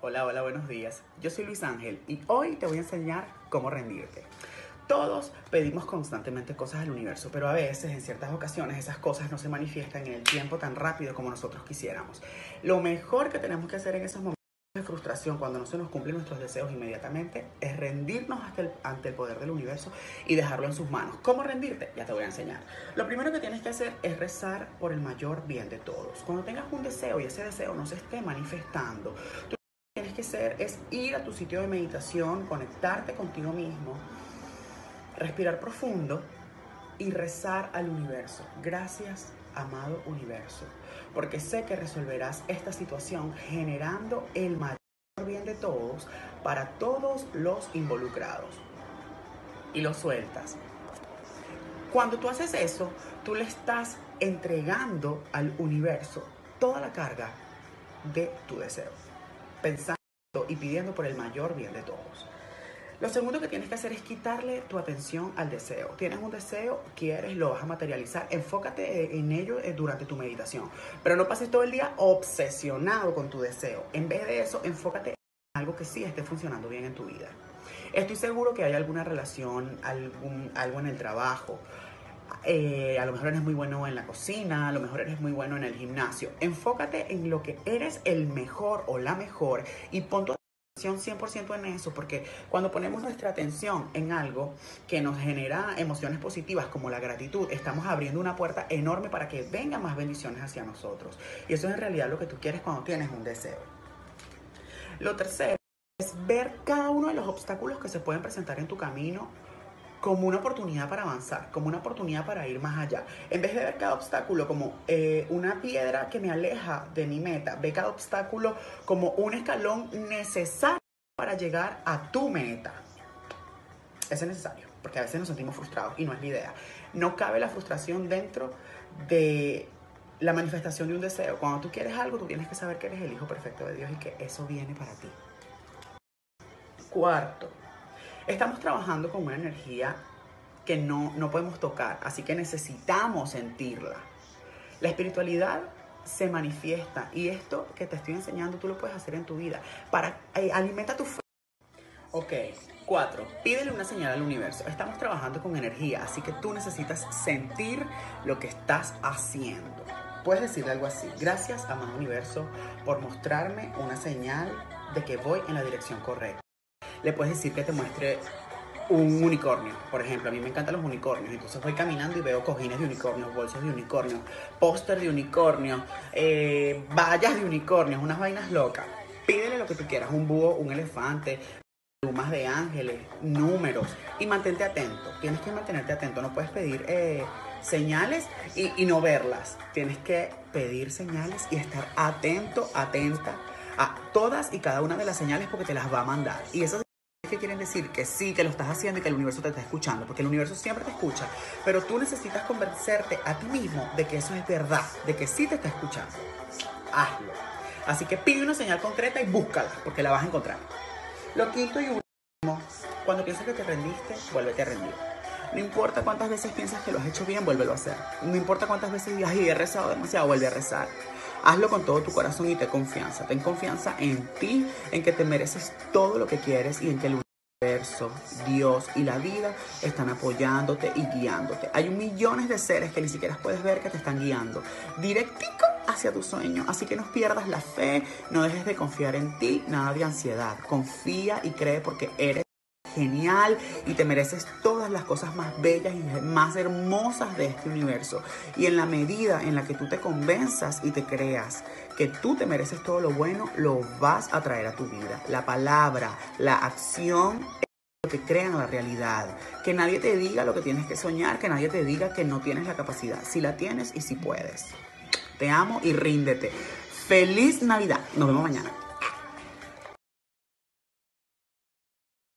Hola, hola, buenos días. Yo soy Luis Ángel y hoy te voy a enseñar cómo rendirte. Todos pedimos constantemente cosas al universo, pero a veces, en ciertas ocasiones, esas cosas no se manifiestan en el tiempo tan rápido como nosotros quisiéramos. Lo mejor que tenemos que hacer en esos momentos de frustración, cuando no se nos cumplen nuestros deseos inmediatamente, es rendirnos ante el poder del universo y dejarlo en sus manos. ¿Cómo rendirte? Ya te voy a enseñar. Lo primero que tienes que hacer es rezar por el mayor bien de todos. Cuando tengas un deseo y ese deseo no se esté manifestando, tienes que hacer es ir a tu sitio de meditación, conectarte contigo mismo, respirar profundo y rezar al universo. Gracias, amado universo, porque sé que resolverás esta situación generando el mayor bien de todos para todos los involucrados. Y lo sueltas. Cuando tú haces eso, tú le estás entregando al universo toda la carga de tu deseo, pensando y pidiendo por el mayor bien de todos. Lo segundo que tienes que hacer es quitarle tu atención al deseo. Tienes un deseo, quieres, lo vas a materializar. Enfócate en ello durante tu meditación. Pero no pases todo el día obsesionado con tu deseo. En vez de eso, enfócate en algo que sí esté funcionando bien en tu vida. Estoy seguro que hay alguna relación, algo en el trabajo. A lo mejor eres muy bueno en la cocina, a lo mejor eres muy bueno en el gimnasio. Enfócate en lo que eres el mejor o la mejor y pon tu atención 100% en eso, porque cuando ponemos nuestra atención en algo que nos genera emociones positivas como la gratitud, estamos abriendo una puerta enorme para que vengan más bendiciones hacia nosotros. Y eso es en realidad lo que tú quieres cuando tienes un deseo. Lo tercero es ver cada uno de los obstáculos que se pueden presentar en tu camino como una oportunidad para avanzar, como una oportunidad para ir más allá. En vez de ver cada obstáculo como una piedra que me aleja de mi meta, ve cada obstáculo como un escalón necesario para llegar a tu meta. Eso es necesario, porque a veces nos sentimos frustrados y no es la idea. No cabe la frustración dentro de la manifestación de un deseo. Cuando tú quieres algo, tú tienes que saber que eres el hijo perfecto de Dios y que eso viene para ti. Cuarto, estamos trabajando con una energía que no podemos tocar, así que necesitamos sentirla. La espiritualidad se manifiesta y esto que te estoy enseñando tú lo puedes hacer en tu vida. Alimenta tu fe. Ok, 4. Pídele una señal al universo. Estamos trabajando con energía, así que tú necesitas sentir lo que estás haciendo. Puedes decirle algo así: gracias, amado universo, por mostrarme una señal de que voy en la dirección correcta. Le puedes decir que te muestre un unicornio, por ejemplo. A mí me encantan los unicornios, entonces voy caminando y veo cojines de unicornios, bolsos de unicornios, póster de unicornios, vallas de unicornios, unas vainas locas. Pídele lo que tú quieras: un búho, un elefante, plumas de ángeles, números, y mantente atento. Tienes que mantenerte atento, no puedes pedir señales y no verlas. Tienes que pedir señales y estar atento, atenta a todas y cada una de las señales, porque te las va a mandar. Y esas que quieren decir que sí, que lo estás haciendo y que el universo te está escuchando, porque el universo siempre te escucha, pero tú necesitas convencerte a ti mismo de que eso es verdad, de que sí te está escuchando. Hazlo. Así que pide una señal concreta y búscala, porque la vas a encontrar. Lo quinto y último: cuando piensas que te rendiste, vuélvete a rendir. No importa cuántas veces piensas que lo has hecho bien, vuélvelo a hacer. No importa cuántas veces digas: ay, he rezado demasiado, vuelve a rezar. Hazlo con todo tu corazón y ten confianza. Ten confianza en ti, en que te mereces todo lo que quieres y en que el universo, Dios y la vida están apoyándote y guiándote. Hay millones de seres que ni siquiera puedes ver que te están guiando directico hacia tu sueño. Así que no pierdas la fe, no dejes de confiar en ti, nada de ansiedad. Confía y cree, porque eres genial y te mereces todas las cosas más bellas y más hermosas de este universo. Y en la medida en la que tú te convenzas y te creas que tú te mereces todo lo bueno, lo vas a traer a tu vida. La palabra, la acción es lo que crean la realidad. Que nadie te diga lo que tienes que soñar, que nadie te diga que no tienes la capacidad. Si la tienes y si puedes. Te amo y ríndete. ¡Feliz Navidad! Nos vemos mañana.